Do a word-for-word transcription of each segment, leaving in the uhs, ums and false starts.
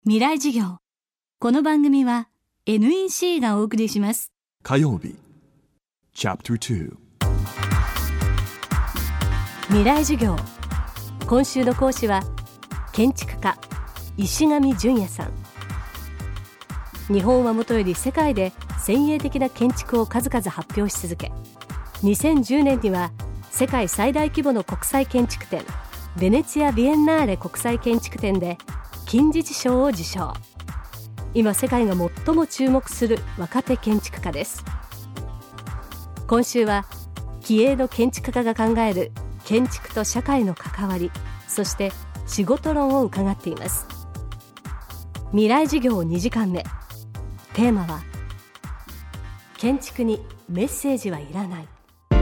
未来授業。この番組は エヌイーシー がお送りします。 火曜日チャプターに未来授業。今週の講師は建築家石上純也さん。日本はもとより世界で先鋭的な建築を数々発表し続け、にせんじゅうねんには世界最大規模の国際建築展ベネツィア・ビエンナーレ国際建築展で金獅子賞を受賞。今世界が最も注目する若手建築家です。今週は気鋭の建築家が考える建築と社会の関わり、そして仕事論を伺っています。未来授業にじかんめ、テーマは建築にメッセージはいらない。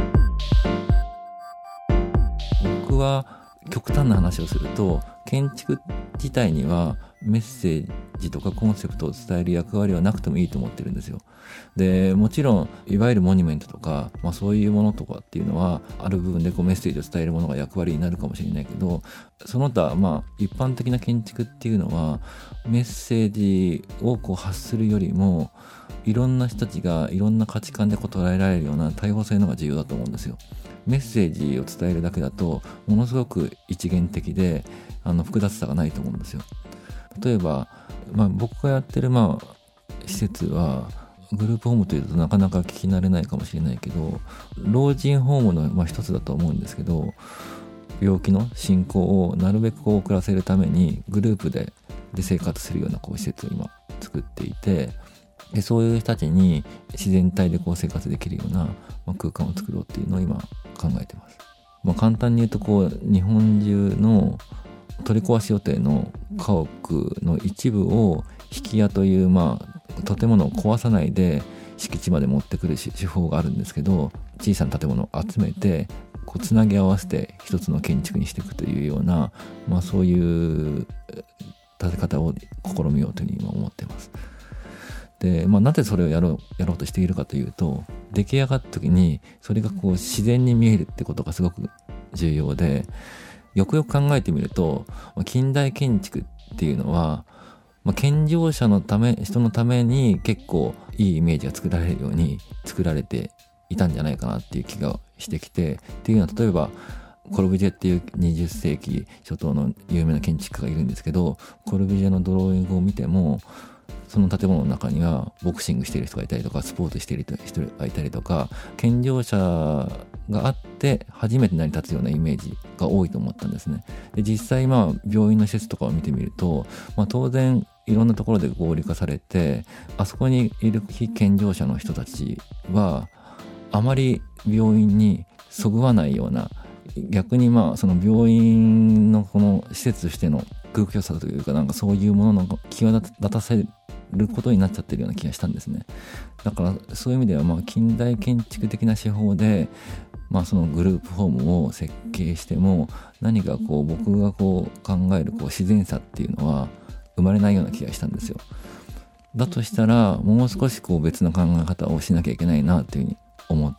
僕は極端な話をすると、建築自体にはメッセージとかコンセプトを伝える役割はなくてもいいと思ってるんですよ。で、もちろんいわゆるモニュメントとか、まあ、そういうものとかっていうのはある部分でこうメッセージを伝えるものが役割になるかもしれないけど、その他まあ一般的な建築っていうのはメッセージをこう発するよりも、いろんな人たちがいろんな価値観でこう捉えられるような多様性のが重要だと思うんですよ。メッセージを伝えるだけだとものすごく一元的であの複雑さがないと思うんですよ。例えば、まあ、僕がやってるまあ施設はグループホームというとなかなか聞き慣れないかもしれないけど、老人ホームのまあ一つだと思うんですけど、病気の進行をなるべくこう遅らせるためにグループで、で生活するようなこう施設を今作っていて、でそういう人たちに自然体でこう生活できるような、まあ、空間を作ろうっていうのを今考えてます。まあ、簡単に言うとこう日本中の取り壊し予定の家屋の一部を引き家というまあ建物を壊さないで敷地まで持ってくる手法があるんですけど、小さな建物を集めてこうつなぎ合わせて一つの建築にしていくというような、まあ、そういう建て方を試みようというふうに今思っています。で、まあ、なぜそれをやろう、やろうとしているかというと、出来上がった時にそれがこう自然に見えるってことがすごく重要で、よくよく考えてみると近代建築っていうのは、まあ、健常者のため、人のために結構いいイメージが作られるように作られていたんじゃないかなっていう気がしてきて、っていうのは例えばコルビュジェっていうにじゅっせいき初頭の有名な建築家がいるんですけど、コルビュジェのドローイングを見てもその建物の中にはボクシングしている人がいたりとか、スポーツしている人がいたりとか、健常者があって初めて成り立つようなイメージが多いと思ったんですね。で、実際まあ病院の施設とかを見てみると、まあ、当然いろんなところで合理化されて、あそこにいる非健常者の人たちはあまり病院にそぐわないような、逆にまあその病院のこの施設としての空虚さというか、なんかそういうものの際立たせることになっちゃってるような気がしたんですね。だからそういう意味ではまあ近代建築的な手法で、まあ、そのグループホームを設計しても何かこう僕がこう考えるこう自然さっていうのは生まれないような気がしたんですよ。だとしたらもう少しこう別の考え方をしなきゃいけないなっていうふうに思って、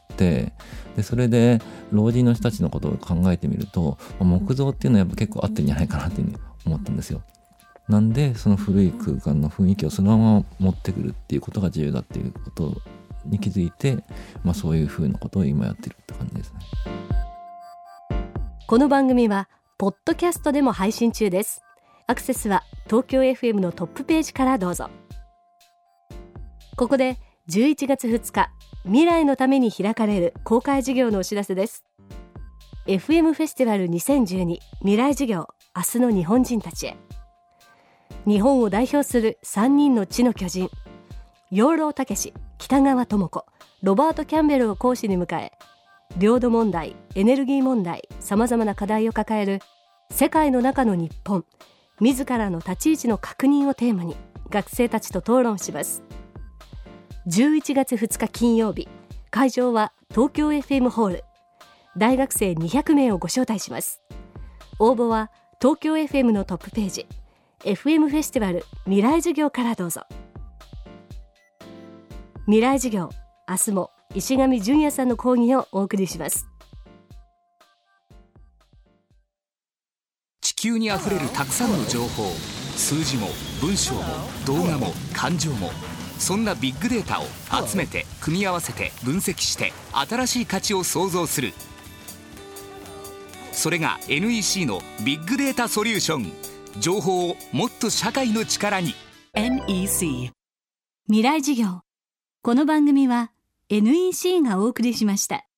でそれで老人の人たちのことを考えてみると、木造っていうのはやっぱ結構合ってるんじゃないかなっていうふうに思ったんですよ。なんでその古い空間の雰囲気をそのまま持ってくるっていうことが重要だっていうことに気づいて、まあ、そういうふうなことを今やってるって感じですね。 この番組はポッドキャストでも配信中です。アクセスは東京 エフエム のトップページからどうぞ。ここでじゅういちがつふつか、未来のために開かれる公開授業のお知らせです。 エフエム フェスティバルにせんじゅうに未来授業、明日の日本人たちへ。日本を代表するさんにんの知の巨人、養老孟司、北川智子、ロバート・キャンベルを講師に迎え、領土問題、エネルギー問題、さまざまな課題を抱える世界の中の日本、自らの立ち位置の確認をテーマに学生たちと討論します。じゅういちがつふつか金曜日、会場は東京 エフエム ホール。大学生にひゃくめいをご招待します。応募は東京 エフエム のトップページ、エフエム フェスティバル未来授業からどうぞ。未来授業、明日も石上純也さんの講義をお送りします。 地球にあふれるたくさんの情報、 数字も文章も動画も感情も、そんなビッグデータを集めて組み合わせて分析して新しい価値を創造する。それが エヌイーシー のビッグデータソリューション。情報をもっと社会の力に。 エヌイーシー未来事業。この番組は エヌイーシー がお送りしました。